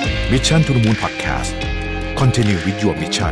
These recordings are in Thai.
Mission to the Moon Podcast Continue with your mission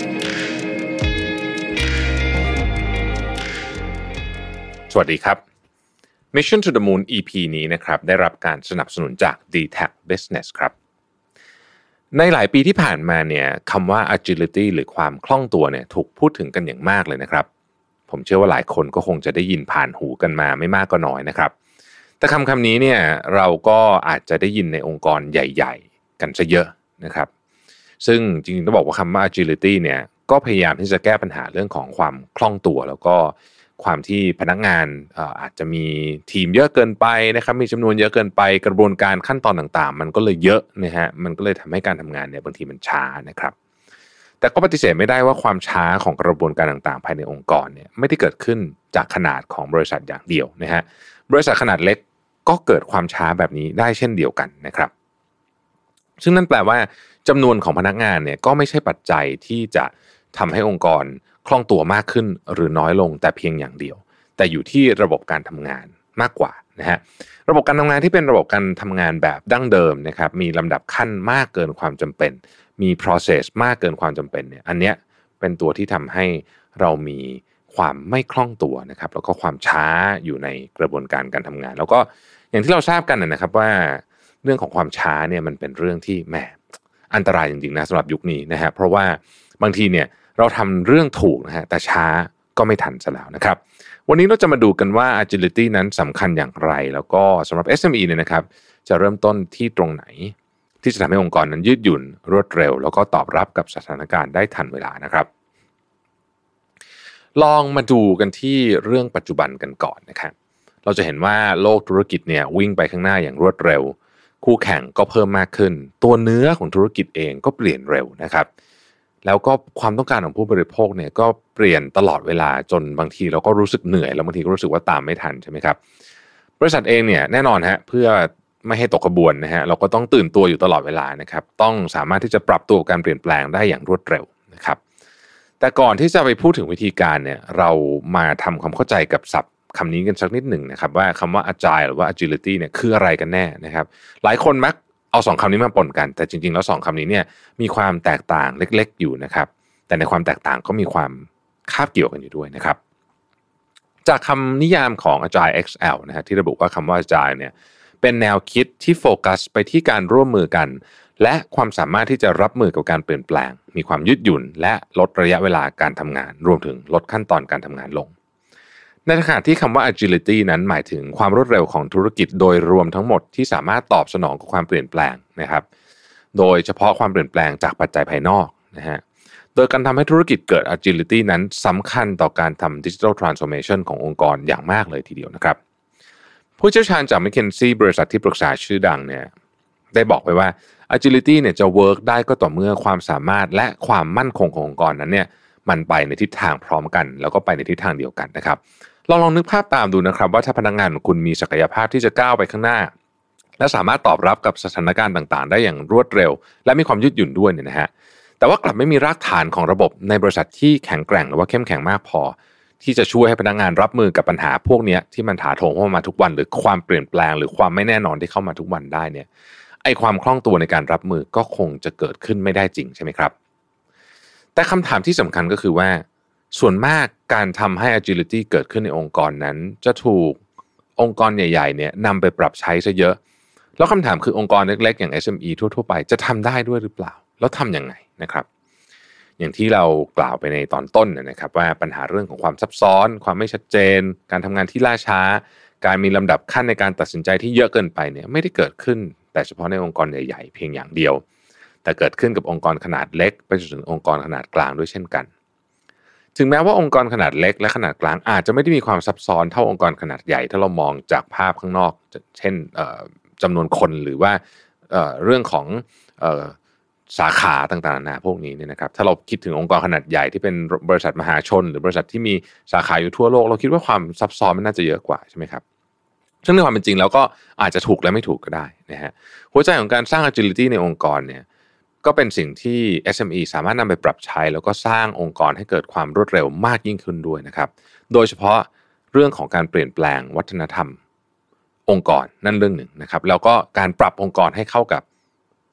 สวัสดีครับ Mission to the Moon EP นี้นะครับได้รับการสนับสนุนจาก DTAC Business ครับในหลายปีที่ผ่านมาเนี่ยคำว่า agility หรือความคล่องตัวเนี่ยถูกพูดถึงกันอย่างมากเลยนะครับผมเชื่อว่าหลายคนก็คงจะได้ยินผ่านหูกันมาไม่มากก็น้อยนะครับแต่คำนี้เนี่ยเราก็อาจจะได้ยินในองค์กรใหญ่ๆกันซะเยอะนะครับซึ่งจริงๆต้องบอกว่าคำว่า agility เนี่ยก็พยายามที่จะแก้ปัญหาเรื่องของความคล่องตัวแล้วก็ความที่พนักงานอาจจะมีทีมเยอะเกินไปนะครับมีจำนวนเยอะเกินไปกระบวนการขั้นตอนต่างๆมันก็เลยเยอะนะฮะมันก็เลยทำให้การทำงานเนี่ยบางทีมันช้านะครับแต่ก็ปฏิเสธไม่ได้ว่าความช้าของกระบวนการต่างๆภายในองค์กรเนี่ยไม่ได้เกิดขึ้นจากขนาดของบริษัทอย่างเดียวนะฮะบริษัทขนาดเล็กก็เกิดความช้าแบบนี้ได้เช่นเดียวกันนะครับซึ่งนั่นแปลว่าจำนวนของพนักงานเนี่ยก็ไม่ใช่ปัจจัยที่จะทำให้องค์กรคล่องตัวมากขึ้นหรือน้อยลงแต่เพียงอย่างเดียวแต่อยู่ที่ระบบการทำงานมากกว่านะฮะระบบการทำงานที่เป็นระบบการทำงานแบบดั้งเดิมนะครับมีลำดับขั้นมากเกินความจำเป็นมี process มากเกินความจำเป็นเนี่ยอันเนี้ยเป็นตัวที่ทำให้เรามีความไม่คล่องตัวนะครับแล้วก็ความช้าอยู่ในกระบวนการการทำงานแล้วก็อย่างที่เราทราบกันนะครับว่าเรื่องของความช้าเนี่ยมันเป็นเรื่องที่แหมอันตรายจริงๆนะสำหรับยุคนี้นะฮะเพราะว่าบางทีเนี่ยเราทำเรื่องถูกนะฮะแต่ช้าก็ไม่ทันซะแล้วนะครับวันนี้เราจะมาดูกันว่า agility นั้นสำคัญอย่างไรแล้วก็สำหรับ SME เนี่ยนะครับจะเริ่มต้นที่ตรงไหนที่จะทำให้องค์กรนั้นยืดหยุ่นรวดเร็วแล้วก็ตอบรับกับสถานการณ์ได้ทันเวลานะครับลองมาดูกันที่เรื่องปัจจุบันกันก่อนนะครับเราจะเห็นว่าโลกธุรกิจเนี่ยวิ่งไปข้างหน้าอย่างรวดเร็วคู่แข่งก็เพิ่มมากขึ้นตัวเนื้อของธุรกิจเองก็เปลี่ยนเร็วนะครับแล้วก็ความต้องการของผู้บริโภคเนี่ยก็เปลี่ยนตลอดเวลาจนบางทีเราก็รู้สึกเหนื่อยแล้วบางทีก็รู้สึกว่าตามไม่ทันใช่ไหมครับบริษัทเองเนี่ยแน่นอนฮะเพื่อไม่ให้ตกขบวนนะฮะเราก็ต้องตื่นตัวอยู่ตลอดเวลานะครับต้องสามารถที่จะปรับตัวกับการเปลี่ยนแปลงได้อย่างรวดเร็วนะครับแต่ก่อนที่จะไปพูดถึงวิธีการเนี่ยเรามาทำความเข้าใจกับศัพท์คำนี้กันสักนิดหนึ่งนะครับว่าคำว่า agile หรือว่า agility เนี่ยคืออะไรกันแน่นะครับหลายคนมักเอาสองคำนี้มาปนกันแต่จริงๆแล้วสองคำนี้เนี่ยมีความแตกต่างเล็กๆอยู่นะครับแต่ในความแตกต่างก็มีความคาบเกี่ยวกันอยู่ด้วยนะครับจากคำนิยามของ Agile XL นะฮะที่ระบุว่าคำว่า Agile เนี่ยเป็นแนวคิดที่โฟกัสไปที่การร่วมมือกันและความสามารถที่จะรับมือกับการเปลี่ยนแปลงมีความยืดหยุ่นและลดระยะเวลาการทำงานรวมถึงลดขั้นตอนการทำงานลงในขณะที่คำว่า agility นั้นหมายถึงความรวดเร็วของธุรกิจโดยรวมทั้งหมดที่สามารถตอบสนองกับความเปลี่ยนแปลงนะครับโดยเฉพาะความเปลี่ยนแปลงจากปัจจัยภายนอกนะฮะโดยการทำให้ธุรกิจเกิด agility นั้นสำคัญต่อการทำ digital transformation ขององค์กรอย่างมากเลยทีเดียวนะครับผู้เชี่ยวชาญจาก McKinsey บริษัทที่ปรึกษาชื่อดังเนี่ยได้บอกไว้ว่า agility เนี่ยจะ work ได้ก็ต่อเมื่อความสามารถและความมั่นคงขององค์กรนั้นเนี่ยมันไปในทิศทางพร้อมกันแล้วก็ไปในทิศทางเดียวกันนะครับลองนึกภาพตามดูนะครับว่าถ้าพนักงานของคุณมีศักยภาพที่จะก้าวไปข้างหน้าและสามารถตอบรับกับสถานการณ์ต่างๆได้อย่างรวดเร็วและมีความยืดหยุ่นด้วยเนี่ยนะฮะแต่ว่ากลับไม่มีรากฐานของระบบในบริษัทที่แข็งแกร่งหรือว่าเข้มแข็งมากพอที่จะช่วยให้พนักงานรับมือกับปัญหาพวกนี้ที่มันถาโถมเข้ามาทุกวันหรือความเปลี่ยนแปลงหรือความไม่แน่นอนที่เข้ามาทุกวันได้เนี่ยไอ้ความคล่องตัวในการรับมือก็คงจะเกิดขึ้นไม่ได้จริงใช่ไหมครับแต่คำถามที่สำคัญก็คือว่าส่วนมากการทำให้ agility เกิดขึ้นในองค์กรนั้นจะถูกองค์กรใหญ่ๆเนี่ยนำไปปรับใช้ซะเยอะแล้วคำถามคือองค์กรเล็กๆอย่าง SME ทั่วๆไปจะทำได้ด้วยหรือเปล่าแล้วทำยังไงนะครับอย่างที่เรากล่าวไปในตอนต้นนะครับว่าปัญหาเรื่องของความซับซ้อนความไม่ชัดเจนการทำงานที่ล่าช้าการมีลำดับขั้นในการตัดสินใจที่เยอะเกินไปเนี่ยไม่ได้เกิดขึ้นแต่เฉพาะในองค์กรใหญ่ๆเพียงอย่างเดียวแต่เกิดขึ้นกับองค์กรขนาดเล็กไปจนถึงองค์กรขนาดกลางด้วยเช่นกันถึงแม้ว่าองค์กรขนาดเล็กและขนาดกลางอาจจะไม่ได้มีความซับซ้อนเท่าองค์กรขนาดใหญ่ถ้าเรามองจากภาพข้างนอกเช่นจำนวนคนหรือว่าเรื่องของสาขาต่างๆนานาพวกนี้เนี่ยนะครับถ้าเราคิดถึงองค์กรขนาดใหญ่ที่เป็นบริษัทมหาชนหรือบริษัทที่มีสาขาอยู่ทั่วโลกเราคิดว่าความซับซ้อนมันน่าจะเยอะกว่าใช่ไหมครับซึ่งในความเป็นจริงแล้วก็อาจจะถูกและไม่ถูกก็ได้นะฮะหัวใจของการสร้าง agility ในองค์กรเนี่ยก็เป็นสิ่งที่ SME สามารถนำไปปรับใช้แล้วก็สร้างองค์กรให้เกิดความรวดเร็วมากยิ่งขึ้นด้วยนะครับโดยเฉพาะเรื่องของการเปลี่ยนแปลงวัฒนธรรมองค์กรนั่นเรื่องหนึ่งนะครับแล้วก็การปรับองค์กรให้เข้ากับ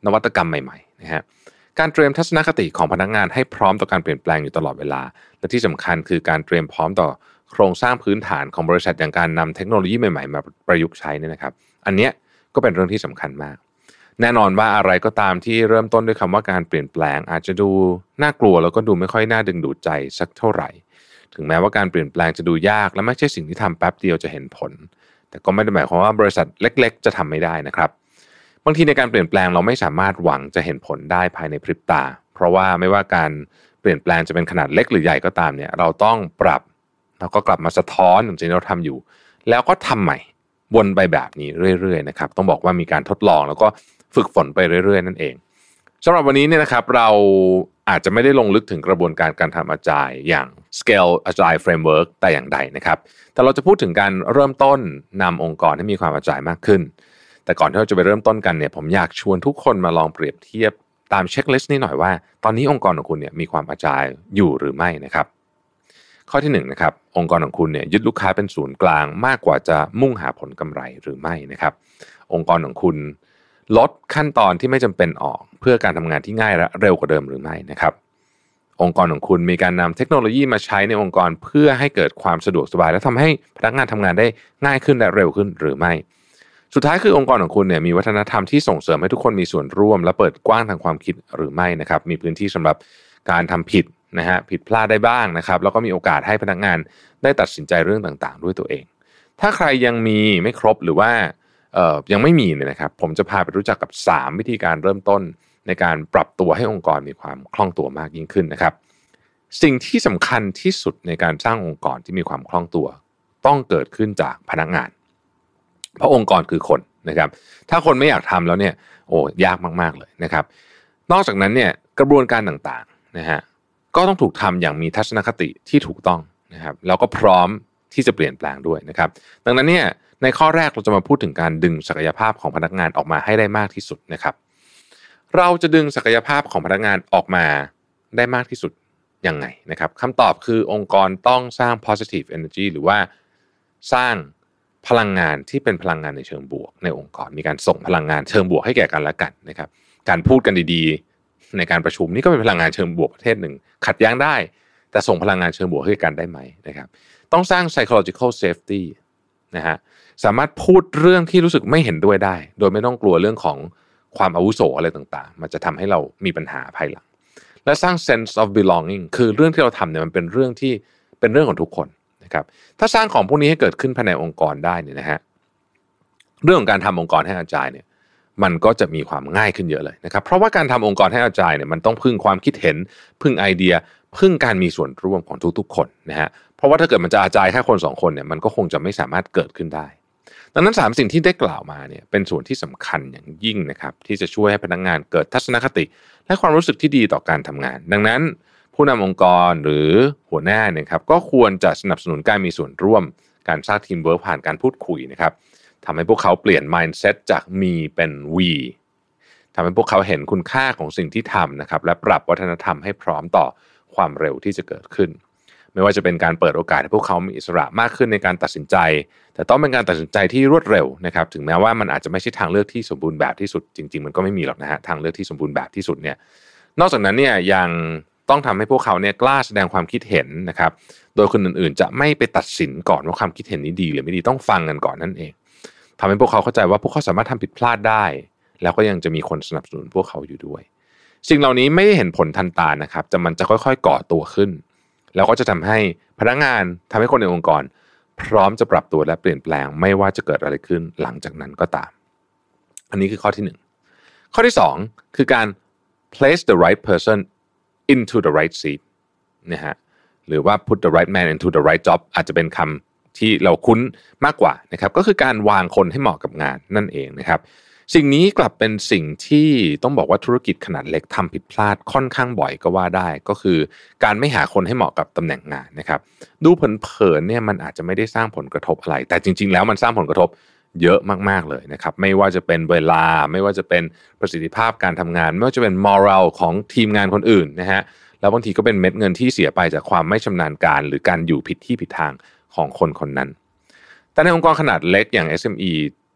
นวัตกรรมใหม่ๆนะฮะการเตรียมทัศนคติของพนักงานให้พร้อมต่อการเปลี่ยนแปลงอยู่ตลอดเวลาและที่สำคัญคือการเตรียมพร้อมต่อโครงสร้างพื้นฐานของบริษัทอย่างการนำเทคโนโลยีใหม่ๆมาประยุกต์ใช้เนี่ยนะครับอันเนี้ยก็เป็นเรื่องที่สำคัญมากแน่นอนว่าอะไรก็ตามที่เริ่มต้นด้วยคำว่าการเปลี่ยนแปลงอาจจะดูน่ากลัวแล้วก็ดูไม่ค่อยน่าดึงดูดใจสักเท่าไหร่ถึงแม้ว่าการเปลี่ยนแปลงจะดูยากและไม่ใช่สิ่งที่ทำแป๊บเดียวจะเห็นผลแต่ก็ไม่ได้หมายความว่าบริษัทเล็กๆจะทำไม่ได้นะครับบางทีในการเปลี่ยนแปลงเราไม่สามารถหวังจะเห็นผลได้ภายในพริบตาเพราะว่าไม่ว่าการเปลี่ยนแปลงจะเป็นขนาดเล็กหรือใหญ่ก็ตามเนี่ยเราต้องปรับแล้วก็กลับมาสะท้อนสิ่งที่เราทำอยู่แล้วก็ทำใหม่วนไปแบบนี้เรื่อยๆนะครับต้องบอกว่ามีการทดลองแล้วก็ฝึกฝนไปเรื่อยๆนั่นเองสำหรับวันนี้เนี่ยนะครับเราอาจจะไม่ได้ลงลึกถึงกระบวนการการทำ Agile อย่าง Scale Agile Framework แต่อย่างใดนะครับแต่เราจะพูดถึงการเริ่มต้นนำองค์กรให้มีความ Agile มากขึ้นแต่ก่อนที่เราจะไปเริ่มต้นกันเนี่ยผมอยากชวนทุกคนมาลองเปรียบเทียบตามเช็คลิสต์นี้หน่อยว่าตอนนี้องค์กรของคุณเนี่ยมีความ Agile อยู่หรือไม่นะครับข้อที่1นะครับองค์กรของคุณเนี่ยยึดลูกค้าเป็นศูนย์กลางมากกว่าจะมุ่งหาผลกำไรหรือไม่นะครับองค์กรของคุณลดขั้นตอนที่ไม่จำเป็นออกเพื่อการทำงานที่ง่ายและเร็วกว่าเดิมหรือไม่นะครับองค์กรของคุณมีการนำเทคโนโลยีมาใช้ในองค์กรเพื่อให้เกิดความสะดวกสบายและทำให้พนักงานทำงานได้ง่ายขึ้นและเร็วขึ้นหรือไม่สุดท้ายคือองค์กรของคุณเนี่ยมีวัฒนธรรมที่ส่งเสริมให้ทุกคนมีส่วนร่วมและเปิดกว้างทางความคิดหรือไม่นะครับมีพื้นที่สำหรับการทำผิดนะฮะผิดพลาดได้บ้างนะครับแล้วก็มีโอกาสให้พนักงานได้ตัดสินใจเรื่องต่างๆด้วยตัวเองถ้าใครยังมีไม่ครบหรือว่ายังไม่มีเนี่ยนะครับผมจะพาไปรู้จักกับ3วิธีการเริ่มต้นในการปรับตัวให้องค์กรมีความคล่องตัวมากยิ่งขึ้นนะครับสิ่งที่สำคัญที่สุดในการสร้างองค์กรที่มีความคล่องตัวต้องเกิดขึ้นจากพนักงานเพราะองค์กรคือคนนะครับถ้าคนไม่อยากทำแล้วเนี่ยยากมากๆเลยนะครับนอกจากนั้นเนี่ยกระบวนการต่างๆนะฮะก็ต้องถูกทำอย่างมีทัศนคติที่ถูกต้องนะครับแล้วก็พร้อมที่จะเปลี่ยนแปลงด้วยนะครับดังนั้นเนี่ยในข้อแรกเราจะมาพูดถึงการดึงศักยภาพของพนักงานออกมาให้ได้มากที่สุดนะครับเราจะดึงศักยภาพของพนักงานออกมาได้มากที่สุดยังไงนะครับคำตอบคือองค์กรต้องสร้าง positive energy หรือว่าสร้างพลังงานที่เป็นพลังงานในเชิงบวกในองค์กรมีการส่งพลังงานเชิงบวกให้แก่กันและกันนะครับการพูดกันดีๆในการประชุมนี่ก็เป็นพลังงานเชิงบวกประเภทหนึ่งขัดแย้งได้แต่ส่งพลังงานเชิงบวกให้กันได้ไหมนะครับต้องสร้าง psychological safety นะฮะสามารถพูดเรื่องที่รู้สึกไม่เห็นด้วยได้โดยไม่ต้องกลัวเรื่องของความอาวุโสอะไรต่างๆมันจะทำให้เรามีปัญหาภายหลังและสร้าง sense of belonging คือเรื่องที่เราทำเนี่ยมันเป็นเรื่องที่เป็นเรื่องของทุกคนนะครับถ้าสร้างของพวกนี้ให้เกิดขึ้นภายในองค์กรได้เนี่ยนะฮะเรื่องของการทำองค์กรให้ Agile เนี่ยมันก็จะมีความง่ายขึ้นเยอะเลยนะครับเพราะว่าการทำองค์กรให้ Agile เนี่ยมันต้องพึ่งความคิดเห็นพึ่งไอเดียพึ่งการมีส่วนร่วมของทุกๆคนนะฮะเพราะว่าถ้าเกิดมันจะ Agile แค่คน2คนเนี่ยมันก็คงจะไม่สามารถเกิดขึ้นได้ดังนั้น3สิ่งที่ได้กล่าวมาเนี่ยเป็นส่วนที่สำคัญอย่างยิ่งนะครับที่จะช่วยให้พนักงานเกิดทัศนคติและความรู้สึกที่ดีต่อการทำงานดังนั้นผู้นำองค์กรหรือหัวหน้าเนี่ยครับก็ควรจะสนับสนุนการมีส่วนร่วมการสร้างทีมเวิร์คผ่านการพูดคุยนะครับทำให้พวกเขาเปลี่ยน mindset จากมีเป็น we ทำให้พวกเขาเห็นคุณค่าของสิ่งที่ทำนะครับและปรับวัฒนธรรมให้พร้อมต่อความเร็วที่จะเกิดขึ้นไม่ว่าจะเป็นการเปิดโอกาสให้พวกเขามีอิสระมากขึ้นในการตัดสินใจแต่ต้องเป็นการตัดสินใจที่รวดเร็วนะครับถึงแม้ว่ามันอาจจะไม่ใช่ทางเลือกที่สมบูรณ์แบบที่สุดจริงๆมันก็ไม่มีหรอกนะฮะทางเลือกที่สมบูรณ์แบบที่สุดเนี่ยนอกจากนั้นเนี่ยยังต้องทำให้พวกเขาเนี่ยกล้าแสดงความคิดเห็นนะครับโดยคนอื่นๆจะไม่ไปตัดสินก่อนว่าความคิดเห็นนี้ดีหรือไม่ดีต้องฟังกันก่อนนั่นเองทำให้พวกเขาเข้าใจว่าพวกเขาสามารถทำผิดพลาดได้แล้วก็ยังจะมีคนสนับสนุนพวกเขาอยู่ด้วยสิ่งเหล่านี้ไม่ได้เห็นผลทันตานะครับแต่มันจะค่อยๆก่อตัวขึ้นแล้วก็จะทำให้พนักงานทำให้คนในองค์กรพร้อมจะปรับตัวและเปลี่ยนแปลงไม่ว่าจะเกิดอะไรขึ้นหลังจากนั้นก็ตามอันนี้คือข้อที่1ข้อที่2คือการ place the right person into the right seat นะฮะหรือว่า put the right man into the right job อาจจะเป็นคำที่เราคุ้นมากกว่านะครับก็คือการวางคนให้เหมาะกับงานนั่นเองนะครับสิ่งนี้กลับเป็นสิ่งที่ต้องบอกว่าธุรกิจขนาดเล็กทำผิดพลาดค่อนข้างบ่อยก็ว่าได้ก็คือการไม่หาคนให้เหมาะกับตำแหน่งงานนะครับดูเผินๆเนี่ยมันอาจจะไม่ได้สร้างผลกระทบอะไรแต่จริงๆแล้วมันสร้างผลกระทบเยอะมากๆเลยนะครับไม่ว่าจะเป็นเวลาไม่ว่าจะเป็นประสิทธิภาพการทำงานไม่ว่าจะเป็นมอรัลของทีมงานคนอื่นนะฮะแล้วบางทีก็เป็นเม็ดเงินที่เสียไปจากความไม่ชำนาญการหรือการอยู่ผิดที่ผิดทางของคนคนนั้นแต่ในองค์กรขนาดเล็กอย่าง SME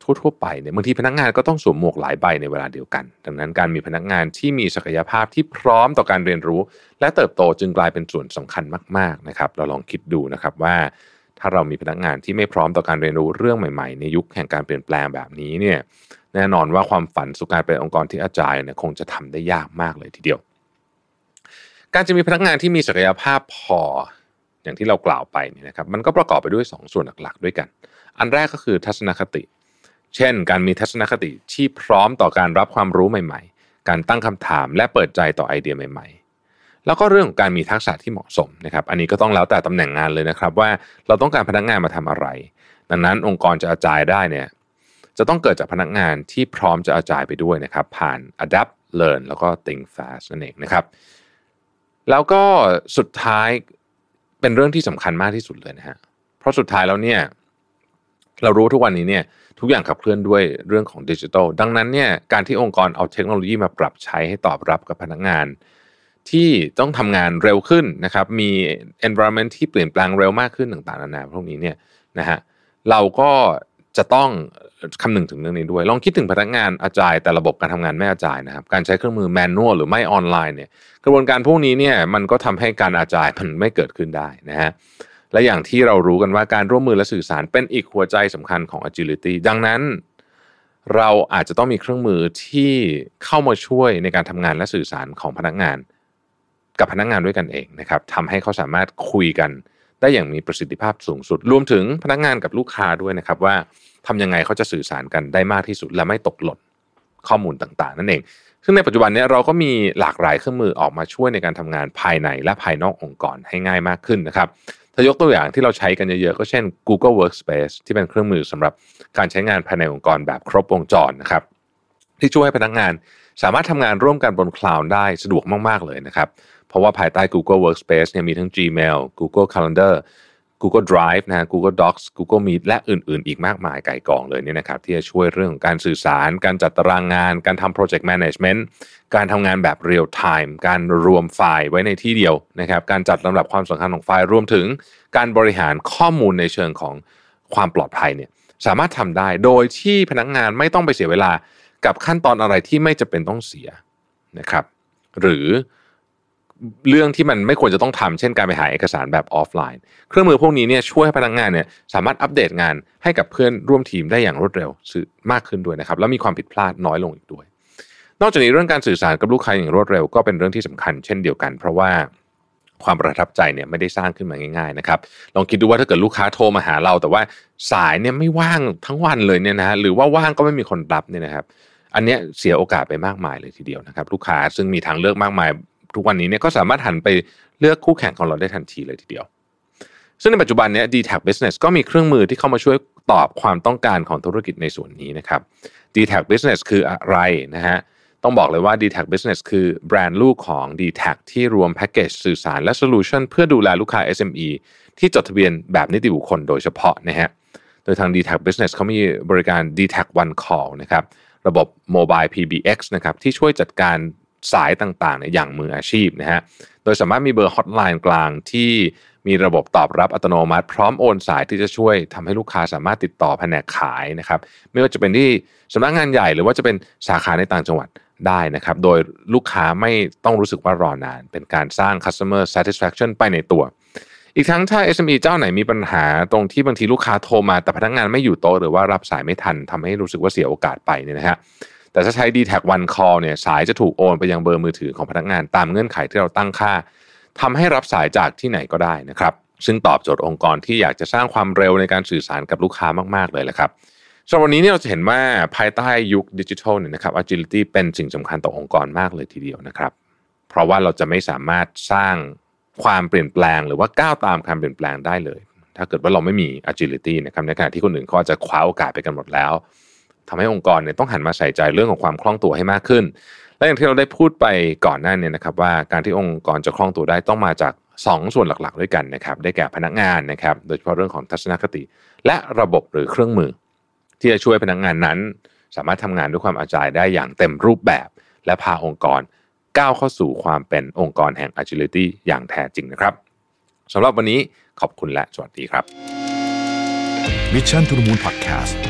ทั่วๆไปเนี่ยบางทีพนักงานก็ต้องสวมหมวกหลายใบในเวลาเดียวกันดังนั้นการมีพนักงานที่มีศักยภาพที่พร้อมต่อการเรียนรู้และเติบโตจึงกลายเป็นส่วนสำคัญมากๆนะครับเราลองคิดดูนะครับว่าถ้าเรามีพนักงานที่ไม่พร้อมต่อการเรียนรู้เรื่องใหม่ๆในยุคแห่งการเปลี่ยนแปลงแบบนี้เนี่ยแน่นอนว่าความฝันสู่การเป็นองค์กรที่Agileเนี่ยคงจะทำได้ยากมากเลยทีเดียวการจะมีพนักงานที่มีศักยภาพพออย่างที่เรากล่าวไปเนี่ยนะครับมันก็ประกอบไปด้วย2ส่วนหลักๆด้วยกันอันแรกก็คือทัศนคติเช่นการมีทัศนคติที่พร้อมต่อการรับความรู้ใหม่ๆการตั้งคำถามและเปิดใจต่อไอเดียใหม่ๆแล้วก็เรื่องของการมีทักษะที่เหมาะสมนะครับอันนี้ก็ต้องแล้วแต่ตำแหน่งงานเลยนะครับว่าเราต้องการพนักงานมาทำอะไรดังนั้นองค์กรจะAgileได้เนี่ยจะต้องเกิดจากพนักงานที่พร้อมจะAgileไปด้วยนะครับผ่าน adapt learn แล้วก็ think fast นั่นเองนะครับแล้วก็สุดท้ายเป็นเรื่องที่สำคัญมากที่สุดเลยนะฮะเพราะสุดท้ายแล้วเนี่ยเรารู้ทุกวันนี้เนี่ยทุกอย่างขับเคลื่อนด้วยเรื่องของดิจิทัลดังนั้นเนี่ยการที่องค์กรเอาเทคโนโลยีมาปรับใช้ให้ตอบรับกับพนักงานที่ต้องทำงานเร็วขึ้นนะครับมี environment ที่เปลี่ยนแปลงเร็วมากขึ้นต่างๆนานาพวกนี้เนี่ยนะฮะเราก็จะต้องคำนึงถึงเรื่องนี้ด้วยลองคิดถึงพนักงานAgileแต่ระบบการทำงานไม่Agileนะครับการใช้เครื่องมือแมนนวลหรือไม่ออนไลน์เนี่ยกระบวนการพวกนี้เนี่ยมันก็ทำให้การAgileมันไม่เกิดขึ้นได้นะฮะและอย่างที่เรารู้กันว่าการร่วมมือและสื่อสารเป็นอีกหัวใจสำคัญของ agility ดังนั้นเราอาจจะต้องมีเครื่องมือที่เข้ามาช่วยในการทำงานและสื่อสารของพนักงานกับพนักงานด้วยกันเองนะครับทำให้เขาสามารถคุยกันได้อย่างมีประสิทธิภาพสูงสุดรวมถึงพนักงานกับลูกค้าด้วยนะครับว่าทำยังไงเขาจะสื่อสารกันได้มากที่สุดและไม่ตกหล่นข้อมูลต่างๆนั่นเองซึ่งในปัจจุบันนี้เราก็มีหลากหลายเครื่องมือออกมาช่วยในการทำงานภายในและภายนอกองค์กรให้ง่ายมากขึ้นนะครับถ้ายกตัวอย่างที่เราใช้กันเยอะๆก็เช่น Google Workspace ที่เป็นเครื่องมือสำหรับการใช้งานภายในองค์กรแบบครบวงจรนะครับที่ช่วยให้พนักงานสามารถทำงานร่วมกันบนคลาวด์ได้สะดวกมากๆเลยนะครับเพราะว่าภายใต้ Google Workspace เนี่ยมีทั้ง Gmail Google Calendar Google Drive นะฮะ Google Docs Google Meet และอื่นๆอีกมากมายไก่กองเลยเนี่ยนะครับที่จะช่วยเรื่องของการสื่อสารการจัดตารางงานการทำ Project Management การทำงานแบบ Real Time การรวมไฟล์ไว้ในที่เดียวนะครับการจัดลำดับความสำคัญของไฟล์รวมถึงการบริหารข้อมูลในเชิงของความปลอดภัยเนี่ยสามารถทำได้โดยที่พนักงานไม่ต้องไปเสียเวลากับขั้นตอนอะไรที่ไม่จำเป็นต้องเสียนะครับหรือเรื่องที่มันไม่ควรจะต้องทำเช่นการไปหาเอกสารแบบออฟไลน์เครื่องมือพวกนี้เนี่ยช่วยให้พนักงานเนี่ยสามารถอัปเดตงานให้กับเพื่อนร่วมทีมได้อย่างรวดเร็วมากขึ้นด้วยนะครับแล้วมีความผิดพลาดน้อยลงอีกด้วยนอกจากนี้เรื่องการสื่อสารกับลูกค้าอย่างรวดเร็วก็เป็นเรื่องที่สำคัญเช่นเดียวกันเพราะว่าความประทับใจเนี่ยไม่ได้สร้างขึ้นมาง่ายๆนะครับลองคิดดูว่าถ้าเกิดลูกค้าโทรมาหาเราแต่ว่าสายเนี่ยไม่ว่างทั้งวันเลยเนี่ยนะฮะหรือว่าว่างก็ไม่มีคนรับเนี่ยนะครับอันเนี้ยเสียโอกาสไปมากมายเลยทีเดียวนะครับลูกค้าซึ่งมีทางเลือกมากมายทุกวันนี้เนี่ยก็สามารถหันไปเลือกคู่แข่งของเราได้ทันทีเลยทีเดียวซึ่งในปัจจุบันเนี่ย DTAG Business ก็มีเครื่องมือที่เข้ามาช่วยตอบความต้องการของธุรกิจในส่วนนี้นะครับ DTAG Business คืออะไรนะฮะต้องบอกเลยว่า DTAG Business คือแบรนด์ลูกของ DTAG ที่รวมแพ็กเกจสื่อสารและโซลูชันเพื่อดูแลลูกค้า SME ที่จดทะเบียนแบบนิติบุคคลโดยเฉพาะนะฮะโดยทาง DTAG Business เขามีบริการ DTAG One Call นะครับระบบ Mobile PBX นะครับที่ช่วยจัดการสายต่างๆอย่างมืออาชีพนะฮะโดยสามารถมีเบอร์ฮอตไลน์กลางที่มีระบบตอบรับอัตโนมัติพร้อมโอนสายที่จะช่วยทำให้ลูกค้าสามารถติดต่อแผนกขายนะครับไม่ว่าจะเป็นที่สำนักงานใหญ่หรือว่าจะเป็นสาขาในต่างจังหวัดได้นะครับโดยลูกค้าไม่ต้องรู้สึกว่ารอนานเป็นการสร้าง customer satisfaction ไปในตัวอีกทั้งถ้า SME เจ้าไหนมีปัญหาตรงที่บางทีลูกค้าโทรมาแต่พนักงานไม่อยู่โต๊ะหรือว่ารับสายไม่ทันทำให้รู้สึกว่าเสียโอกาสไปเนี่ยนะฮะแต่ถ้าใช้ DTAG One Call เนี่ยสายจะถูกโอนไปยังเบอร์มือถือของพนักงานตามเงื่อนไขที่เราตั้งค่าทำให้รับสายจากที่ไหนก็ได้นะครับซึ่งตอบโจทย์องค์กรที่อยากจะสร้างความเร็วในการสื่อสารกับลูกค้ามากๆเลยแหละครับสำหรับวันนี้เนี่ยเราจะเห็นว่าภายใต้ยุคดิจิทัลเนี่ยนะครับ agility เป็นสิ่งสำคัญต่อองค์กรมากเลยทีเดียวนะครับเพราะว่าเราจะไม่สามารถสร้างความเปลี่ยนแปลงหรือว่าก้าวตามการเปลี่ยนแปลงได้เลยถ้าเกิดว่าเราไม่มี agility นะครับในขณะที่คนอื่นเขาจะคว้าโอกาสไปกันหมดแล้วทำให้องค์กรเนี่ยต้องหันมาใส่ใจเรื่องของความคล่องตัวให้มากขึ้นและอย่างที่เราได้พูดไปก่อนหน้านี้นะครับว่าการที่องค์กรจะคล่องตัวได้ต้องมาจาก2ส่วนหลักๆด้วยกันนะครับได้แก่พนักงานนะครับโดยเฉพาะเรื่องของทัศนคติและระบบหรือเครื่องมือที่จะช่วยพนักงานนั้นสามารถทำงานด้วยความAgileได้อย่างเต็มรูปแบบและพาองค์กรก้าวเข้าสู่ความเป็นองค์กรแห่ง Agility อย่างแท้จริงนะครับสำหรับวันนี้ขอบคุณและสวัสดีครับ Mission to the Moon Podcast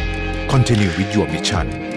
Continue with your mission